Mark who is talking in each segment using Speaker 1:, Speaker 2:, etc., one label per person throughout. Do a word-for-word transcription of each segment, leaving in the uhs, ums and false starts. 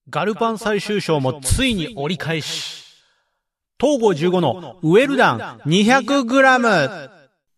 Speaker 1: ガルパン最終章もついに折り返し。東郷じゅうごのウェルダン にひゃくグラム。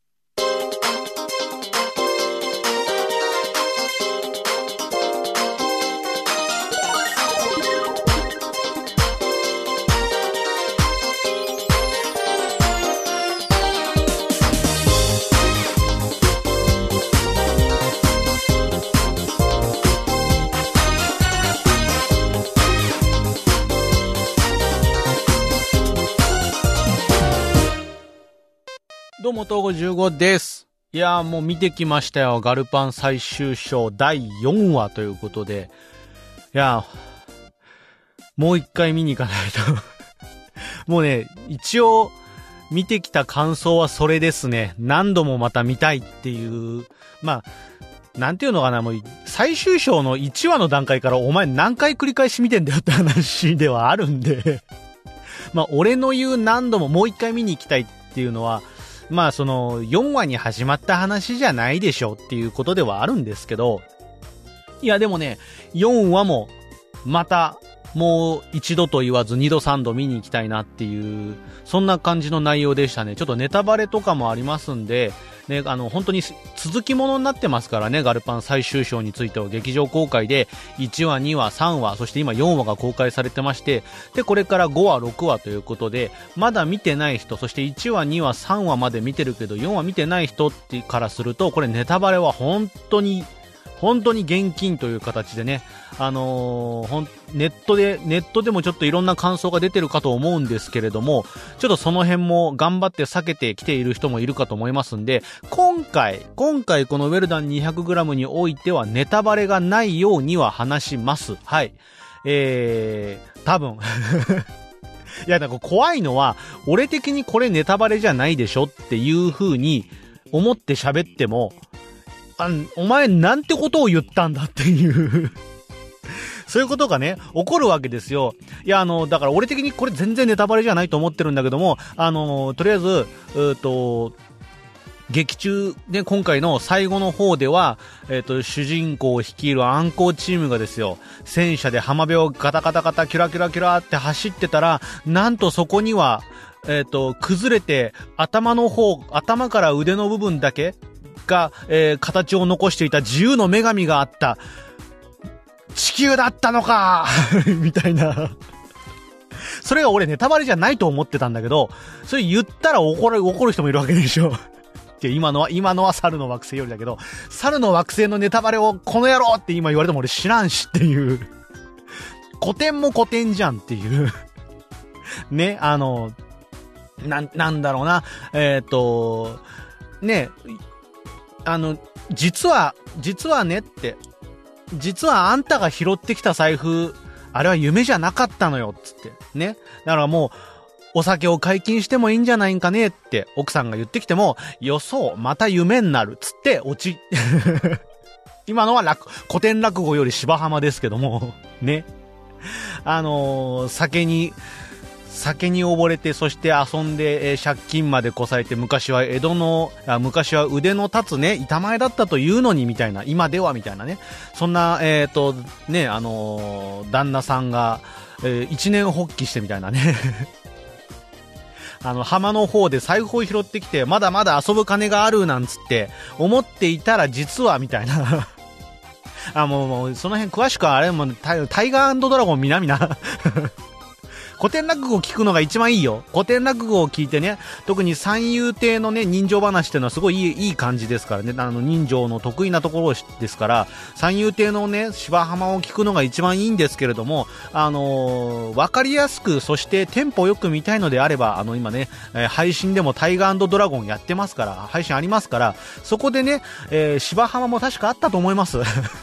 Speaker 1: どうも、東郷じゅうごです。いやー、もう見てきましたよ。ガルパン最終章だいよんわということで。いやー、もう一回見に行かないと。もうね、一応、見てきた感想はそれですね。何度もまた見たいっていう。まあ、なんていうのかな、もう、最終章のいちわの段階からお前何回繰り返し見てんだよって話ではあるんで。まあ、俺の言う何度ももう一回見に行きたいっていうのは、まあそのよんわに始まった話じゃないでしょっていうことではあるんですけど、いやでもね、よんわもまたもう一度と言わず二度三度見に行きたいなっていう、そんな感じの内容でしたね。ちょっとネタバレとかもありますんで、ね、あの本当に続きものになってますからね。ガルパン最終章については劇場公開でいちわ、にわ、さんわ、そして今よんわが公開されてまして、でこれからごわ、ろくわということで、まだ見てない人、そしていちわ、にわ、さんわまで見てるけどよんわ見てない人ってからすると、これネタバレは本当に本当に厳禁という形でね、あのー、ほんネットでネットでもちょっといろんな感想が出てるかと思うんですけれども、ちょっとその辺も頑張って避けてきている人もいるかと思いますんで、今回今回このウェルダン にひゃくグラム においてはネタバレがないようには話します。はい、えー、多分いや、なんか怖いのは、俺的にこれネタバレじゃないでしょっていう風に思って喋っても、あ、お前なんてことを言ったんだっていうそういうことがね起こるわけですよ。いや、あのだから俺的にこれ全然ネタバレじゃないと思ってるんだけども、あのとりあえずうーと劇中で、ね、今回の最後の方では、えっと主人公を率いる暗号チームがですよ、戦車で浜辺をガタガタガタキュラキュラキュラって走ってたら、なんとそこにはえっと崩れて頭の方、頭から腕の部分だけが、えー、形を残していた自由の女神があった。地球だったのかみたいなそれが俺ネタバレじゃないと思ってたんだけど、それ言ったら怒る怒る人もいるわけでしょって今のは今のは猿の惑星よりだけど、猿の惑星のネタバレをこの野郎って今言われても俺知らんしっていう古典も古典じゃんっていうね、あのな、なんだろうな、えっとね、あの実は実はねって、実はあんたが拾ってきた財布、あれは夢じゃなかったのよっつってね。だからもうお酒を解禁してもいいんじゃないんかねって奥さんが言ってきても、よそうまた夢になるっつって落ち今のは落古典落語より芝浜ですけどもね、あのー、酒に酒に溺れて、そして遊んで、えー、借金までこさえて、昔は江戸のあ昔は腕の立つね板前だったというのにみたいな、今ではみたいなね、そんなえっとね、あのー、旦那さんが、えー、一年発起してみたいなねあの浜の方で財布を拾ってきて、まだまだ遊ぶ金があるなんつって思っていたら、実はみたいなあ、もう、もうその辺詳しくはあれもタイ、タイガー&ドラゴンみなみな古典落語を聞くのが一番いいよ。古典落語を聞いてね、特に三遊亭のね人情話っていうのはすごいいい、いい感じですからね。あの人情の得意なところですから、三遊亭のね芝浜を聞くのが一番いいんですけれども、あのー、分かりやすく、そしてテンポよく見たいのであれば、あの今ね、えー、配信でもタイガー&ドラゴンやってますから、配信ありますから、そこでね、えー、芝浜も確かあったと思います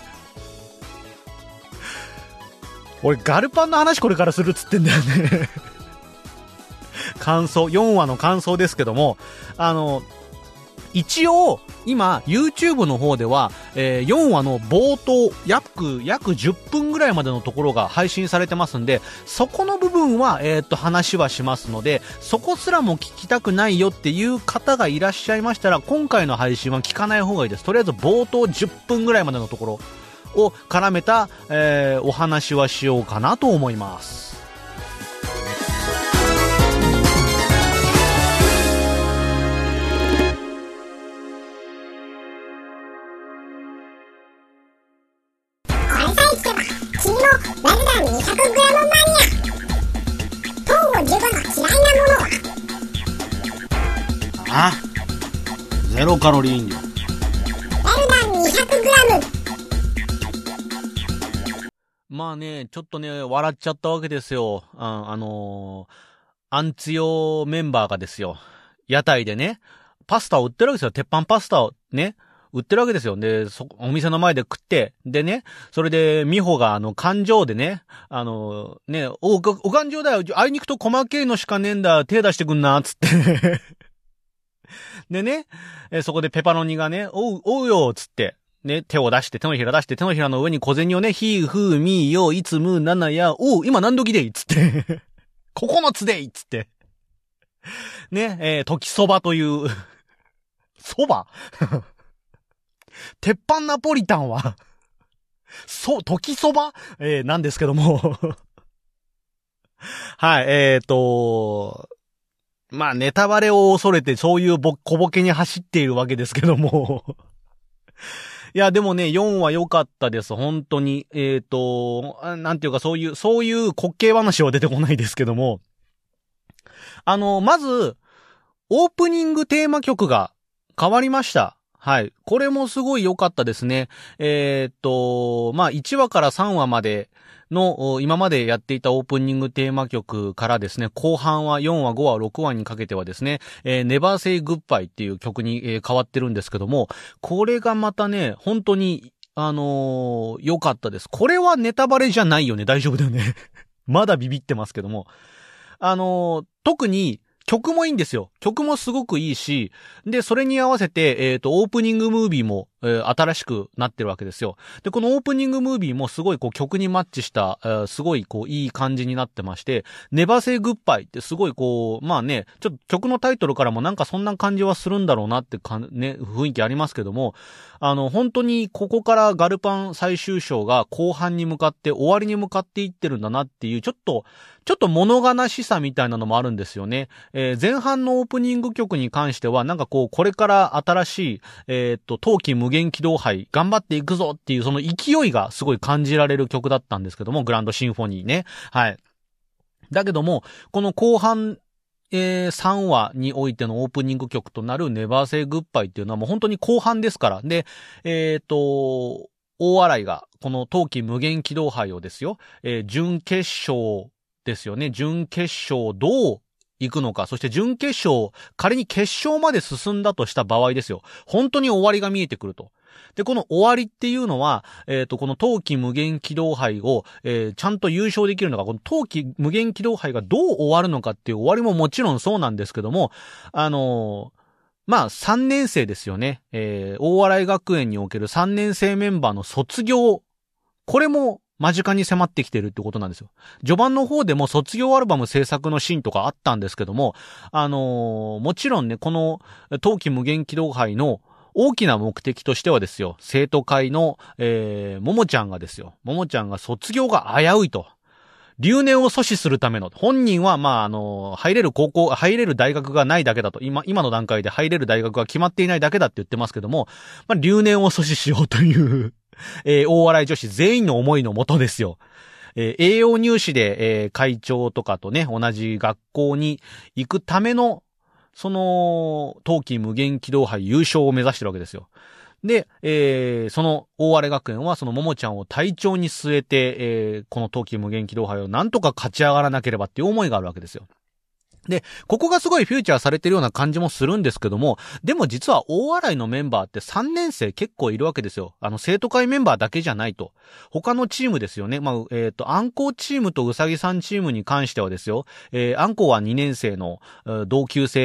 Speaker 1: 俺ガルパンの話これからするっつってんだよね感想、よんわの感想ですけども、あの一応今 YouTube の方では、えー、よんわの冒頭約約じゅっぷんぐらいまでのところが配信されてますんで、そこの部分はえー、っと話はしますので、そこすらも聞きたくないよっていう方がいらっしゃいましたら、今回の配信は聞かない方がいいです。とりあえず冒頭じゅっぷんぐらいまでのところを絡めた、えー、お話はしようかなと思います。あ、ゼロカロリー飲料。まあね、ちょっとね、笑っちゃったわけですよ。あ、あのー、アンツヨメンバーがですよ、屋台でね、パスタを売ってるわけですよ。鉄板パスタをね、売ってるわけですよ。で、そ、お店の前で食って、でね、それで、美穂があの、感情でね、あの、ね、お、お感情だよ、あいにくと細けいのしかねえんだ、手出してくんな、つって。でね、えそこでペパロニがね、おう、おうよ、つって。ね、手を出して、手のひら出して、手のひらの上に小銭をね、ひ、ふ、み、よ、いつ、む、ななや、おう、今何時でいつって。ここのつでいつって。ね、えー、時そばという、そば鉄板ナポリタンは、そ、時そばえー、なんですけども。はい、えーと、まあ、ネタバレを恐れて、そういうぼ、小ボケに走っているわけですけども。いや、でもね、よんは良かったです。本当に。えーと、なんていうか、そういう、そういう滑稽話は出てこないですけども。あの、まず、オープニングテーマ曲が変わりました。はい。これもすごい良かったですね。えーと、まあ、いちわからさんわまでの、今までやっていたオープニングテーマ曲からですね、後半はよんわ、ごわ、ろくわにかけてはですね、えー、Never Say Goodbye っていう曲に、えー、変わってるんですけども、これがまたね、本当に、あのー、良かったです。これはネタバレじゃないよね。大丈夫だよね。まだビビってますけども。あのー、特に、曲もいいんですよ。曲もすごくいいし、で、それに合わせて、えっと、オープニングムービーも、えー、新しくなってるわけですよ。で、このオープニングムービーもすごいこう曲にマッチした、えー、すごいこういい感じになってまして、Never Say Goodbyeってすごいこう、まあね、ちょっと曲のタイトルからもなんかそんな感じはするんだろうなってかね、雰囲気ありますけども、あの、本当にここからガルパン最終章が後半に向かって終わりに向かっていってるんだなっていう、ちょっと、ちょっと物悲しさみたいなのもあるんですよね。えー、前半のオープニング曲に関しては、なんかこう、これから新しい、えー、っと、冬季無限機動杯、頑張っていくぞっていう、その勢いがすごい感じられる曲だったんですけども、グランドシンフォニーね。はい。だけども、この後半、えー、さんわにおいてのオープニング曲となる Never Say Goodbye っていうのはもう本当に後半ですから。で、えー、っと、大洗が、この冬季無限機動杯をですよ、えー、準決勝、ですよね。準決勝どう行くのか。そして準決勝、仮に決勝まで進んだとした場合ですよ。本当に終わりが見えてくると。で、この終わりっていうのは、えっと、この冬季無限機動杯を、えー、ちゃんと優勝できるのか、この冬季無限機動杯がどう終わるのかっていう終わりももちろんそうなんですけども、あのー、まあ、さんねん生ですよね。えー、大洗学園におけるさんねん生メンバーの卒業。これも、間近に迫ってきてるってことなんですよ。序盤の方でも卒業アルバム制作のシーンとかあったんですけども、あのー、もちろんね、この冬季無限機動杯の大きな目的としてはですよ、生徒会の、えー、ももちゃんがですよ、ももちゃんが卒業が危ういと。留年を阻止するための、本人は、まあ、あの、入れる高校、入れる大学がないだけだと、今、今の段階で入れる大学が決まっていないだけだって言ってますけども、まあ、留年を阻止しようという、えー、大洗女子全員の思いのもとですよ。えー、栄養入試で、えー、会長とかとね、同じ学校に行くための、その、冬季無限機動杯優勝を目指してるわけですよ。で、えー、その大洗学園はそのももちゃんを隊長に据えて、えー、この冬季無限機動杯をなんとか勝ち上がらなければっていう思いがあるわけですよ。で、ここがすごいフューチャーされてるような感じもするんですけども、でも実は大洗のメンバーってさんねん生結構いるわけですよ。あの、生徒会メンバーだけじゃないと。他のチームですよね。まあ、えっと、アンコウチームとうさぎさんチームに関してはですよ、えー、アンコウはにねん生の同級生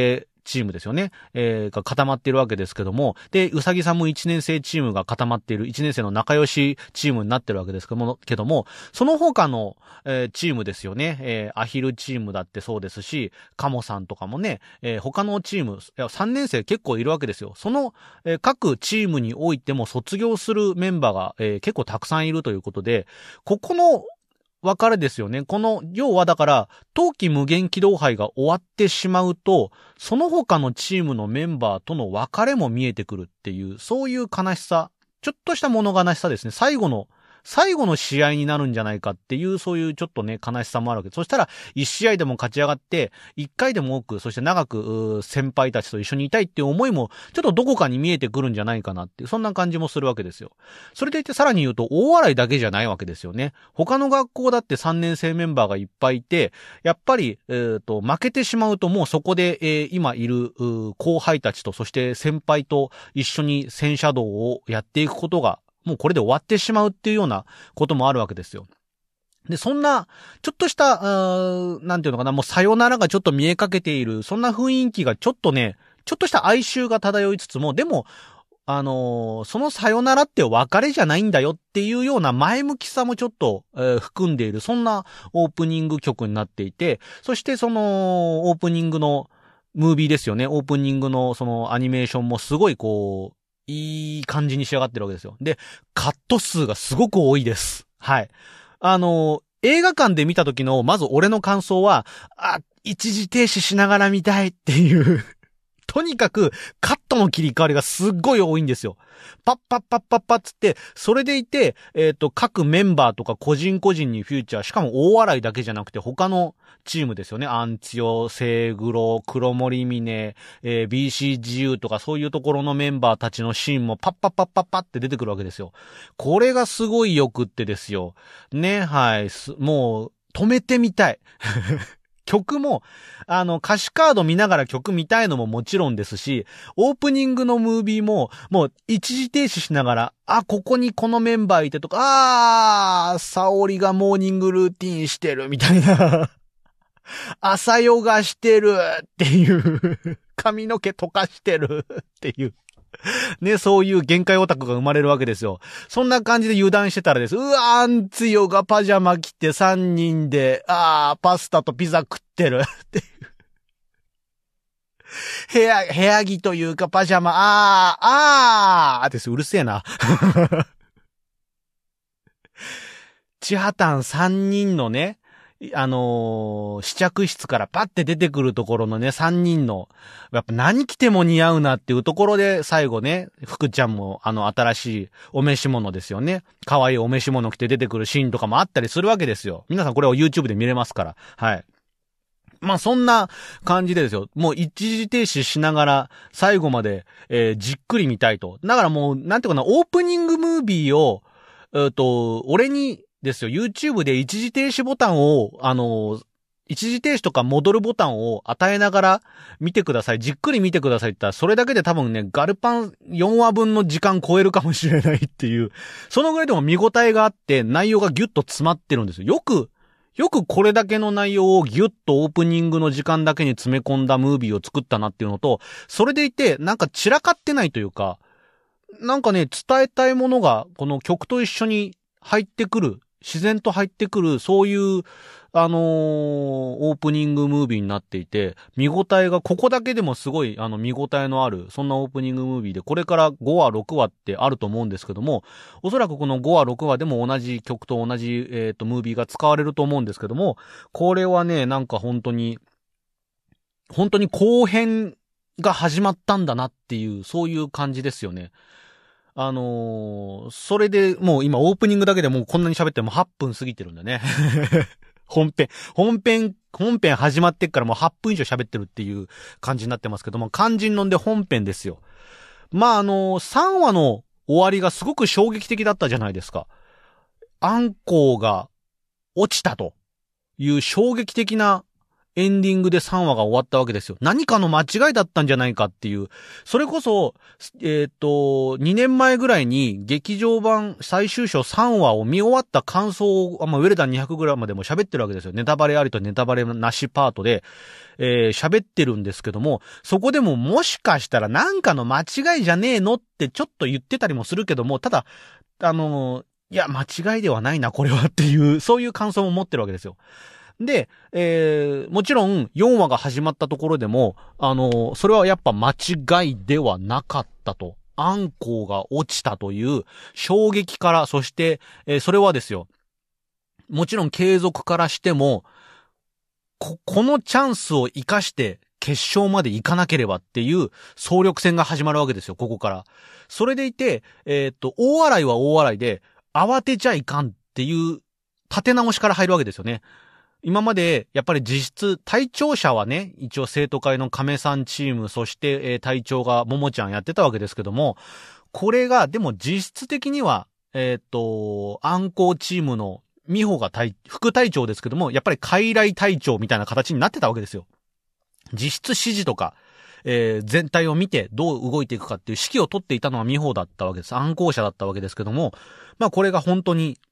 Speaker 1: チームですよね。えー、が固まっているわけですけども、で、うさぎさんもいちねん生チームが固まっている、いちねん生の仲良しチームになってるわけですけども、けどもその他の、えー、チームですよね。えー、アヒルチームだってそうですし、カモさんとかもね、えー、他のチーム、いや、さんねん生結構いるわけですよ。その、えー、各チームにおいても卒業するメンバーが、えー、結構たくさんいるということで、ここの別れですよね。この、要はだから、冬季無限機動杯が終わってしまうと、その他のチームのメンバーとの別れも見えてくるっていう、そういう悲しさ、ちょっとした物悲しさですね。最後の、最後の試合になるんじゃないかっていう、そういうちょっとね、悲しさもあるわけで。そしたら、一試合でも勝ち上がって、一回でも多く、そして長く、先輩たちと一緒にいたいっていう思いも、ちょっとどこかに見えてくるんじゃないかなっていう、そんな感じもするわけですよ。それでいてさらに言うと、大洗だけじゃないわけですよね。他の学校だってさんねん生メンバーがいっぱいいて、やっぱり、えっと、負けてしまうともうそこで、えー、今いる、後輩たちと、そして先輩と一緒に戦車道をやっていくことが、もうこれで終わってしまうっていうようなこともあるわけですよ。で、そんな、ちょっとした、なんていうのかな、もうさよならがちょっと見えかけている、そんな雰囲気がちょっとね、ちょっとした哀愁が漂いつつも、でも、あのー、そのさよならって別れじゃないんだよっていうような前向きさもちょっと、えー、含んでいる、そんなオープニング曲になっていて、そしてその、オープニングのムービーですよね、オープニングのそのアニメーションもすごいこう、いい感じに仕上がってるわけですよ。で、カット数がすごく多いです。はい。あの、映画館で見た時の、まず俺の感想は、あ、一時停止しながら見たいっていう。とにかく、カットの切り替わりがすっごい多いんですよ。パッパッパッパッパッつって、それでいて、えっと、各メンバーとか個人個人にフューチャー、しかも大洗いだけじゃなくて他のチームですよね。アンツヨ、セイグロ、黒森峰、えー、ビーシー 自由とかそういうところのメンバーたちのシーンもパッパッパッパッパッって出てくるわけですよ。これがすごいよくってですよ。ね、はい。もう、止めてみたい。曲も、あの、歌詞カード見ながら曲見たいのももちろんですし、オープニングのムービーも、もう一時停止しながら、あ、ここにこのメンバーいてとか、あー、沙織がモーニングルーティンしてるみたいな。朝ヨガしてるっていう。髪の毛溶かしてるっていう。ね、そういう限界オタクが生まれるわけですよ。そんな感じで油断してたらです。うわー、アンツヨがパジャマ着てさんにんで、あー、パスタとピザ食ってるっていう。部屋、部屋着というかパジャマ、あー、あー、です。うるせえな。チハタンさんにんのね、あのー、試着室からパッて出てくるところのね、さんにんの、やっぱ何着ても似合うなっていうところで、最後ね、福ちゃんもあの新しいお召し物ですよね。可愛いお召し物着て出てくるシーンとかもあったりするわけですよ。皆さんこれを YouTube で見れますから。はい。まあそんな感じでですよ。もう一時停止しながら最後まで、えー、じっくり見たいと。だからもう、なんていうかな、オープニングムービーを、えっと、俺に、ですよ。YouTube で一時停止ボタンを、あの、一時停止とか戻るボタンを与えながら見てください。じっくり見てくださいって言ったら、それだけで多分ね、ガルパンよんわぶんの時間超えるかもしれないっていう。そのぐらいでも見応えがあって、内容がギュッと詰まってるんですよ。よく、よくこれだけの内容をギュッとオープニングの時間だけに詰め込んだムービーを作ったなっていうのと、それでいて、なんか散らかってないというか、なんかね、伝えたいものが、この曲と一緒に入ってくる。自然と入ってくる、そういう、あのー、オープニングムービーになっていて、見応えが、ここだけでもすごい、あの、見応えのある、そんなオープニングムービーで、これからごわ、ろくわってあると思うんですけども、おそらくこのごわ、ろくわでも同じ曲と同じ、えっと、ムービーが使われると思うんですけども、これはね、なんか本当に、本当に後編が始まったんだなっていう、そういう感じですよね。あのー、それでもう今オープニングだけでもうこんなに喋ってもはっぷん過ぎてるんだね。本編、本編、本編始まってっからもうはっぷん以上喋ってるっていう感じになってますけども、肝心のんで本編ですよ。まあ、あのー、さんわの終わりがすごく衝撃的だったじゃないですか。アンコウが落ちたという衝撃的なエンディングでさんわが終わったわけですよ。何かの間違いだったんじゃないかっていう。それこそ、えっと、にねんまえぐらいに劇場版最終章さんわを見終わった感想を、まあ、ウェルダンにひゃくグラムでも喋ってるわけですよ。ネタバレありとネタバレなしパートで、えー、喋ってるんですけども、そこでももしかしたらなんかの間違いじゃねえのってちょっと言ってたりもするけども、ただ、あのー、いや、間違いではないな、これはっていう、そういう感想も持ってるわけですよ。で、えー、もちろんよんわが始まったところでも、あのー、それはやっぱ間違いではなかったと。アンコウが落ちたという衝撃から、そして、えー、それはですよ。もちろん継続からしても、こ、このチャンスを生かして決勝まで行かなければっていう総力戦が始まるわけですよ、ここから。それでいて、えー、っと、大洗は大洗で、慌てちゃいかんっていう立て直しから入るわけですよね。今まで、やっぱり実質、隊長者はね、一応生徒会の亀さんチーム、そして、えー、隊長がももちゃんやってたわけですけども、これが、でも実質的には、えっと、暗行チームの美穂が隊、副隊長ですけども、やっぱり傀儡隊長みたいな形になってたわけですよ。実質指示とか、えー、全体を見てどう動いていくかっていう指揮を取っていたのは美穂だったわけです。暗行者だったわけですけども、まあこれが本当に、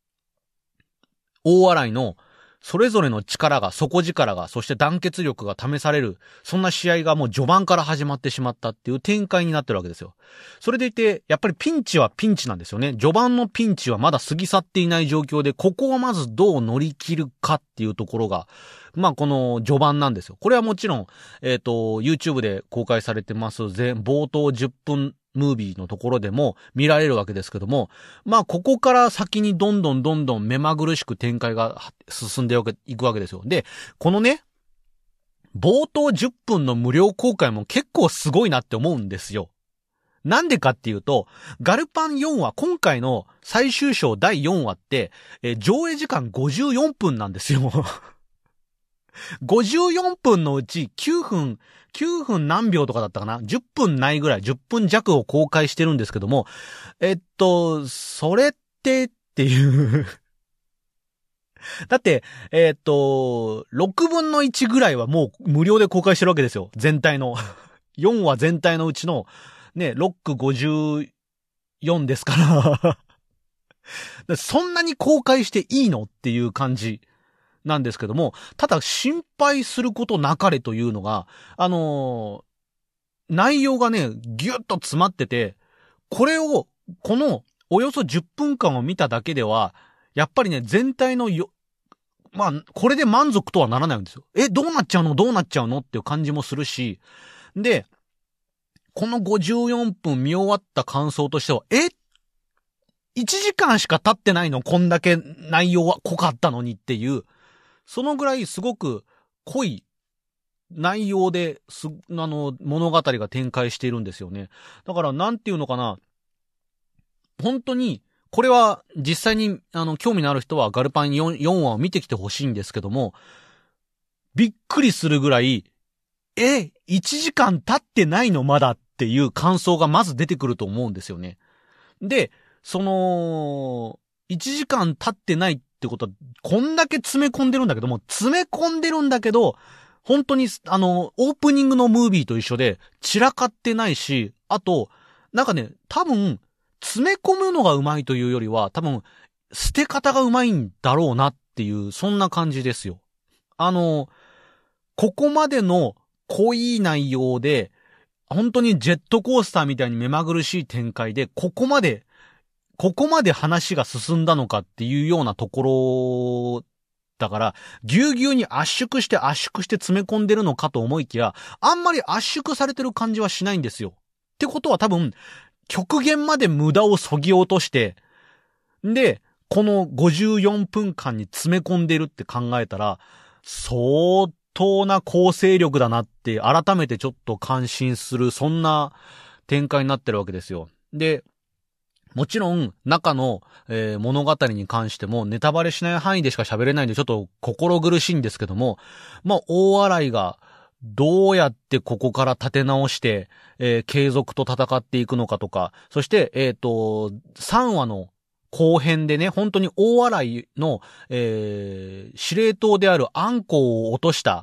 Speaker 1: 大洗の、それぞれの力が、底力が、そして団結力が試される、そんな試合がもう序盤から始まってしまったっていう展開になってるわけですよ。それでいて、やっぱりピンチはピンチなんですよね。序盤のピンチはまだ過ぎ去っていない状況で、ここをまずどう乗り切るかっていうところが、まあこの序盤なんですよ。これはもちろん、えっと、YouTube で公開されてます、全、冒頭じゅっぷん、ムービーのところでも見られるわけですけども、まあここから先にどんどんどんどん目まぐるしく展開が進んでいくわけですよ。で、このね、冒頭じゅっぷんの無料公開も結構すごいなって思うんですよ。なんでかっていうと、ガルパンよんわ、今回の最終章だいよんわって、えー、上映時間ごじゅうよんぷんなんですよ。ごじゅうよんぷんのうちきゅうふん、きゅうふん何秒とかだったかな ?じゅっ 分ないぐらい、じゅっぷん弱を公開してるんですけども、えっと、それってっていうだって、えっと、ろくぶんのいちぐらいはもう無料で公開してるわけですよ。全体の。よんわ全体のうちの、ね、ろく、ごじゅうよんですからそんなに公開していいのっていう感じ。なんですけども、ただ心配することなかれというのが、あのー、内容がね、ぎゅっと詰まってて、これを、このおよそじゅっぷんかんを見ただけでは、やっぱりね、全体のよ、まあ、これで満足とはならないんですよ。え、どうなっちゃうのどうなっちゃうのっていう感じもするし、で、このごじゅうよんぷん見終わった感想としては、えいちじかんしか経ってないのこんだけ内容は濃かったのにっていう、そのぐらいすごく濃い内容で、す、あの、物語が展開しているんですよね。だから、なんていうのかな。本当に、これは実際に、あの、興味のある人はガルパン 4, よんわを見てきてほしいんですけども、びっくりするぐらい、え、いちじかん経ってないのまだっていう感想がまず出てくると思うんですよね。で、その、いちじかん経ってないってことは、こんだけ詰め込んでるんだけども、詰め込んでるんだけど、本当に、あの、オープニングのムービーと一緒で、散らかってないし、あと、なんかね、多分、詰め込むのがうまいというよりは、多分、捨て方がうまいんだろうなっていう、そんな感じですよ。あの、ここまでの濃い内容で、本当にジェットコースターみたいに目まぐるしい展開で、ここまで、ここまで話が進んだのかっていうようなところだから、ぎゅうぎゅうに圧縮して圧縮して詰め込んでるのかと思いきや、あんまり圧縮されてる感じはしないんですよ。ってことは多分、極限まで無駄を削ぎ落として、で、このごじゅうよんぷんかんに詰め込んでるって考えたら、相当な構成力だなって改めてちょっと感心する、そんな展開になってるわけですよ。で、もちろん中の、えー、物語に関してもネタバレしない範囲でしか喋れないんでちょっと心苦しいんですけども、まあ大洗がどうやってここから立て直して、えー、継続と戦っていくのかとか、そしてえっとさんわの後編でね、本当に大洗の、えー、司令塔であるアンコウを落とした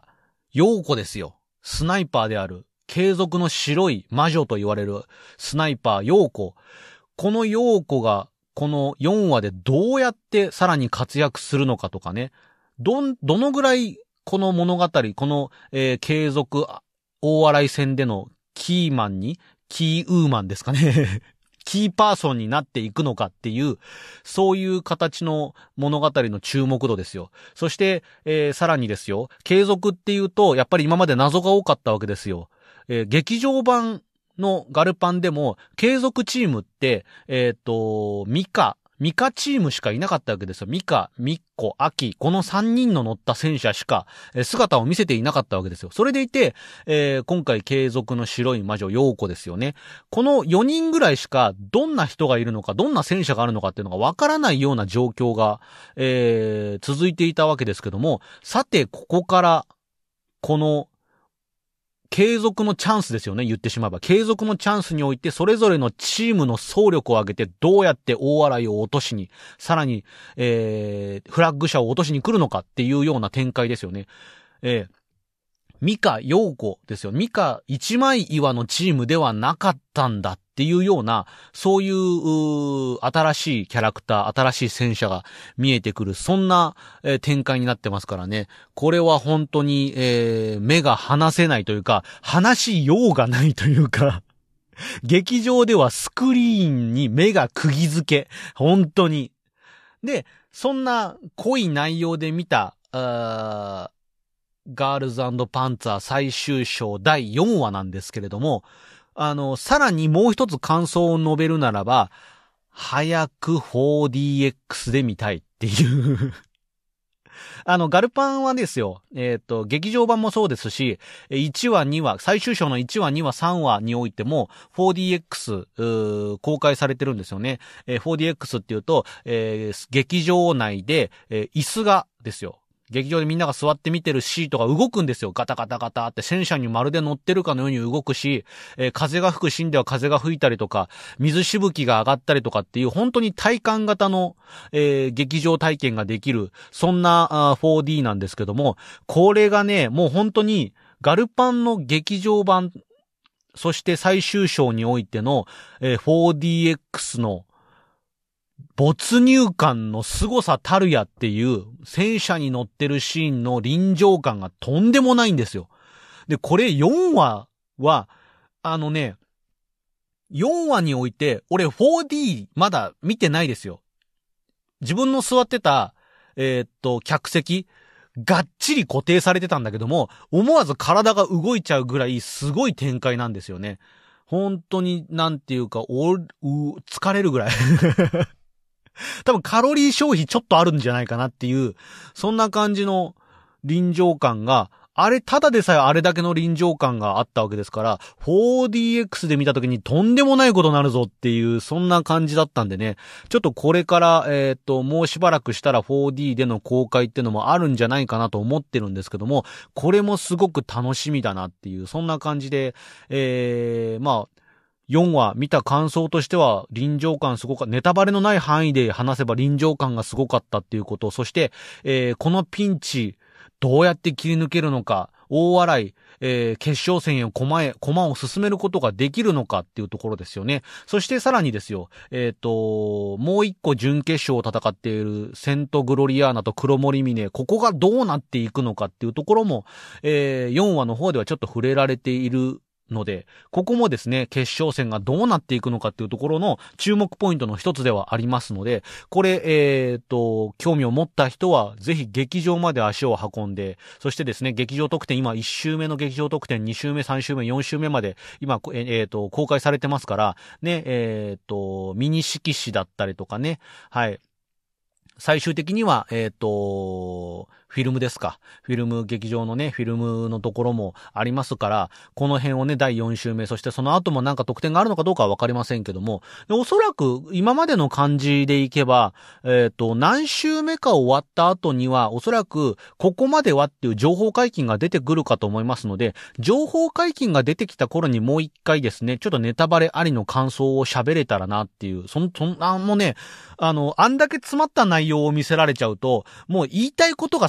Speaker 1: 陽子ですよ。スナイパーである。継続の白い魔女と言われるスナイパー陽子。この陽子がこのよんわでどうやってさらに活躍するのかとかね。どん、どのぐらいこの物語、この、えー、継続大洗戦でのキーマンに、キーウーマンですかね。キーパーソンになっていくのかっていう、そういう形の物語の注目度ですよ。そして、えー、さらにですよ、継続っていうと、やっぱり今まで謎が多かったわけですよ。えー、劇場版のガルパンでも、継続チームって、えっと、ミカ、ミカチームしかいなかったわけですよ。ミカ、ミッコ、アキ、このさんにんの乗った戦車しか、えー、姿を見せていなかったわけですよ。それでいて、えー、今回継続の白い魔女、陽子ですよね。このよにんぐらいしか、どんな人がいるのか、どんな戦車があるのかっていうのがわからないような状況が、えー、続いていたわけですけども、さて、ここから、この、継続のチャンスですよね、言ってしまえば。継続のチャンスにおいて、それぞれのチームの総力を上げて、どうやって大洗を落としに、さらに、えー、フラッグ車を落としに来るのかっていうような展開ですよね。えー、ミカ、陽子ですよ。ミカ一枚岩のチームではなかったんだっていうような、そういう、う新しいキャラクター、新しい戦車が見えてくる、そんな、えー、展開になってますからね。これは本当に、えー、目が離せないというか、離しようがないというか、劇場ではスクリーンに目が釘付け。本当に。で、そんな濃い内容で見た、あガールズ&パンツァー最終章だいよんわなんですけれども、あの、さらにもう一つ感想を述べるならば、早く フォーディーエックス で見たいっていう。あの、ガルパンはですよ、えっと、劇場版もそうですし、いちわ、にわ、最終章のいちわ、にわ、さんわにおいても、フォーディーエックス、公開されてるんですよね。えー、フォーディーエックス っていうと、えー、劇場内で、えー、椅子がですよ。劇場でみんなが座って見てるシートが動くんですよ。ガタガタガタって戦車にまるで乗ってるかのように動くし、えー、風が吹くシーンでは風が吹いたりとか、水しぶきが上がったりとかっていう本当に体感型の、えー、劇場体験ができる、そんな フォーディー なんですけども、これがね、もう本当にガルパンの劇場版、そして最終章においての、えー、フォーディーエックス の没入感の凄さたるやっていう戦車に乗ってるシーンの臨場感がとんでもないんですよ。で、これよんわは、あのね、よんわにおいて、俺 フォーディー まだ見てないですよ。自分の座ってた、えー、っと、客席、がっちり固定されてたんだけども、思わず体が動いちゃうぐらいすごい展開なんですよね。本当に、なんていうか、お、う、疲れるぐらい。多分カロリー消費ちょっとあるんじゃないかなっていう、そんな感じの臨場感が、あれ、ただでさえあれだけの臨場感があったわけですから、フォーディーエックス で見たときにとんでもないことになるぞっていう、そんな感じだったんでね、ちょっとこれから、えっと、もうしばらくしたら フォーディー での公開っていうのもあるんじゃないかなと思ってるんですけども、これもすごく楽しみだなっていう、そんな感じで、えー、まあ、よんわ見た感想としては臨場感すごかった。ネタバレのない範囲で話せば臨場感がすごかったっていうこと。そして、えー、このピンチ、どうやって切り抜けるのか。大洗い、えー、決勝戦へ駒へ、駒を進めることができるのかっていうところですよね。そしてさらにですよ、えっと、もう一個準決勝を戦っているセントグロリアーナと黒森峰、ここがどうなっていくのかっていうところも、えー、よんわの方ではちょっと触れられているので、ここもですね、決勝戦がどうなっていくのかっていうところの注目ポイントの一つではありますので、これ、えっと、興味を持った人は、ぜひ劇場まで足を運んで、そしてですね、劇場特典、今いち週目の劇場特典、に週目、さん週目、よん週目まで、今、えっと、公開されてますから、ね、えっと、ミニ色紙だったりとかね、はい。最終的には、えっと、フィルムですか。フィルム、劇場のね、フィルムのところもありますから、この辺をね、だいよん週目、そしてその後もなんか特典があるのかどうかはわかりませんけども、おそらく今までの感じでいけば、えっと、何週目か終わった後には、おそらくここまではっていう情報解禁が出てくるかと思いますので、情報解禁が出てきた頃にもう一回ですね、ちょっとネタバレありの感想を喋れたらなっていう、そん、そんなもね、あの、あんだけ詰まった内容を見せられちゃうと、もう言いたいことが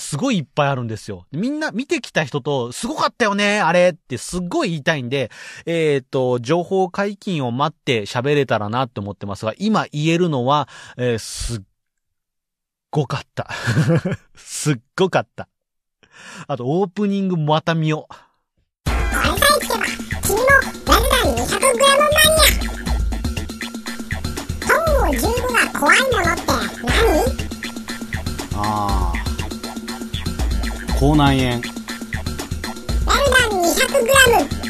Speaker 1: すごいいっぱいあるんですよ。みんな見てきた人と、すごかったよね、あれってすっごい言いたいんで、えっと、情報解禁を待って喋れたらなって思ってますが、今言えるのは、えー、すっごかった。すっごかった。あと、オープニングまた見よう。
Speaker 2: これさえ聞けば、君もラズダンにひゃくグラムマニア。本をじゅうごが怖いものって何？
Speaker 1: ああ、口内炎。
Speaker 2: ラルダンにひゃくグラム。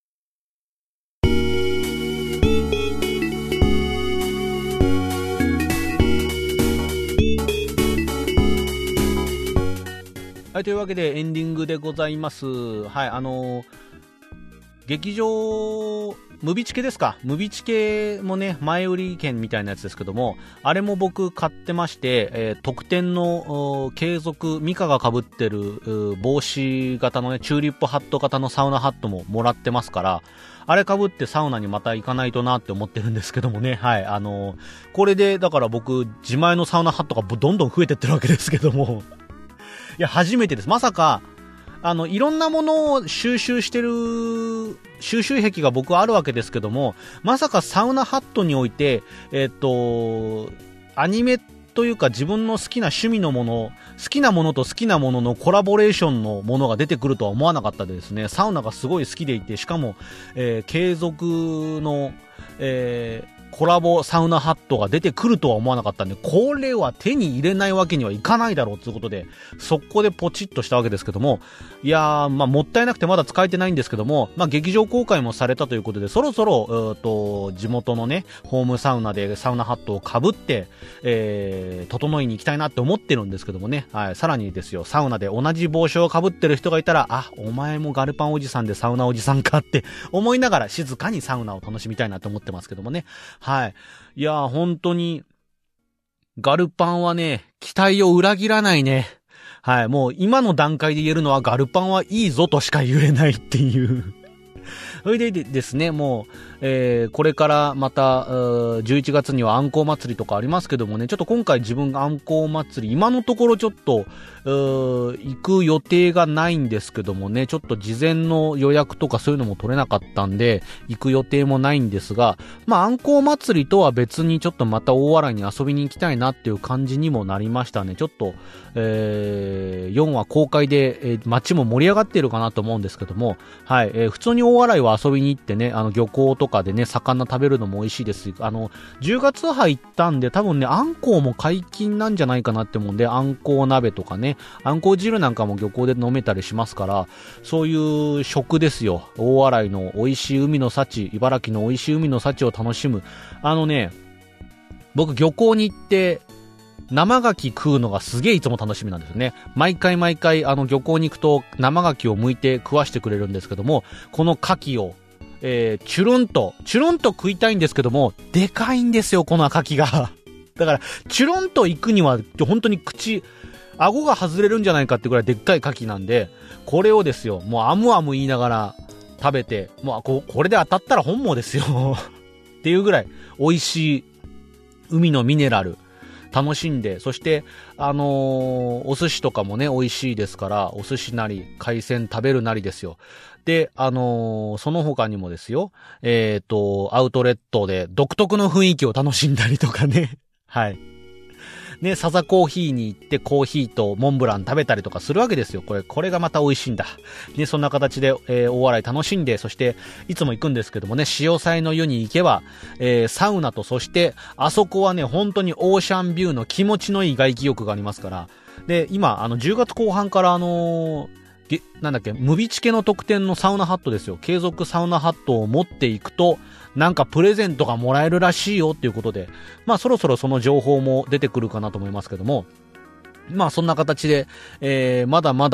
Speaker 1: はい、というわけでエンディングでございます。はい、あのー、劇場、ムビチケですか。ムビチケもね、前売り券みたいなやつですけども、あれも僕買ってまして、えー、特典の継続、ミカが被ってる帽子型のね、チューリップハット型のサウナハットももらってますから、あれ被ってサウナにまた行かないとなって思ってるんですけどもね、はい、あのー、これでだから僕、自前のサウナハットがどんどん増えてってるわけですけども、いや、初めてです。まさか、あの、いろんなものを収集してる、収集癖が僕はあるわけですけども、まさかサウナハットにおいて、えっと、アニメというか自分の好きな趣味のもの、好きなものと好きなもののコラボレーションのものが出てくるとは思わなかったですね。サウナがすごい好きでいて、しかも、えー、継続の、えー、コラボサウナハットが出てくるとは思わなかったんで、これは手に入れないわけにはいかないだろうということで、速攻でポチッとしたわけですけども、いやー、まあ、もったいなくてまだ使えてないんですけども、まあ、劇場公開もされたということで、そろそろ、うーと、地元のね、ホームサウナでサウナハットを被って、えー、整いに行きたいなって思ってるんですけどもね、はい、さらにですよ、サウナで同じ帽子を被ってる人がいたら、あ、お前もガルパンおじさんでサウナおじさんかって思いながら静かにサウナを楽しみたいなと思ってますけどもね。はい。いやー、本当に、ガルパンはね、期待を裏切らないね。はい。もう今の段階で言えるのはガルパンはいいぞとしか言えないっていう。それでですね、もう、えー、これからまた、じゅういちがつにはあんこう祭りとかありますけどもね、ちょっと今回自分があんこう祭り、今のところちょっと、行く予定がないんですけどもね、ちょっと事前の予約とかそういうのも取れなかったんで、行く予定もないんですが、まあ、あんこう祭りとは別にちょっとまた大洗に遊びに行きたいなっていう感じにもなりましたね。ちょっと、えー、よんわ公開で、えー、街も盛り上がっているかなと思うんですけども、はい、えー、普通に大洗は遊びに行ってね、あの漁港とかでね、魚食べるのも美味しいですし、あの、じゅうがつ入ったんで多分ね、あんこうも解禁なんじゃないかなって思うんで、あんこう鍋とかね、あんこう汁なんかも漁港で飲めたりしますから、そういう食ですよ。大洗の美味しい海の幸、茨城の美味しい海の幸を楽しむ。あのね、僕漁港に行って、生牡蠣食うのがすげえいつも楽しみなんですよね。毎回毎回あの漁港に行くと生牡蠣を剥いて食わしてくれるんですけども、この牡蠣を、えー、チュルンと、チュルンと食いたいんですけども、でかいんですよ、この牡蠣が。だから、チュルンと行くには、本当に口、顎が外れるんじゃないかってぐらいでっかい牡蠣なんで、これをですよ、もうアムアム言いながら食べて、もうこ、これで当たったら本望ですよ。っていうぐらい美味しい海のミネラル、楽しんで、そして、あのー、お寿司とかもね、美味しいですから、お寿司なり、海鮮食べるなりですよ。で、あのー、その他にもですよ、えっと、アウトレットで独特の雰囲気を楽しんだりとかね。はい。ね、サザコーヒーに行ってコーヒーとモンブラン食べたりとかするわけですよ。これ、これがまた美味しいんだ。ね、そんな形で、えー、大洗楽しんで、そして、いつも行くんですけどもね、潮騒の湯に行けば、えー、サウナと、そして、あそこはね、本当にオーシャンビューの気持ちのいい外気浴がありますから。で、今、あの、じゅうがつこう半からあのー、なんだっけ、ムビチケの特典のサウナハットですよ。継続サウナハットを持っていくと、なんかプレゼントがもらえるらしいよっていうことで、まあそろそろその情報も出てくるかなと思いますけども、まあそんな形で、えー、まだまだ、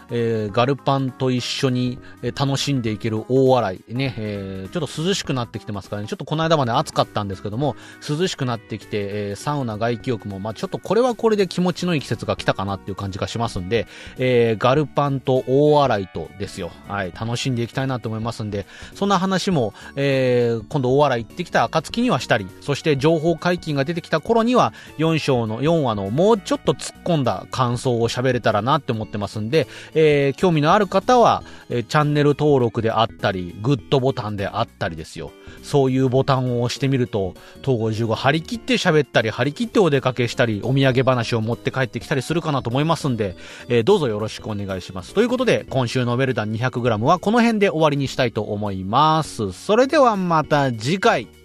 Speaker 1: えー、ガルパンと一緒に楽しんでいける大洗ね、えー、ちょっと涼しくなってきてますからね、ちょっとこの間まで暑かったんですけども、涼しくなってきて、えー、サウナ外気浴も、まあちょっとこれはこれで気持ちのいい季節が来たかなっていう感じがしますんで、えー、ガルパンと大洗とですよ、はい、楽しんでいきたいなと思いますんで、そんな話も、えー、今度大洗行ってきた暁にはしたり、そして情報解禁が出てきた頃にはよん章のよんわのもうちょっと突っ込んだ感想を喋れたらなって思ってますんで、えー、興味のある方は、えー、チャンネル登録であったりグッドボタンであったりですよ、そういうボタンを押してみると東郷じゅうご張り切って喋ったり張り切ってお出かけしたりお土産話を持って帰ってきたりするかなと思いますんで、えー、どうぞよろしくお願いします。ということで今週のウェルダン にひゃくグラム はこの辺で終わりにしたいと思います。それではまた次回。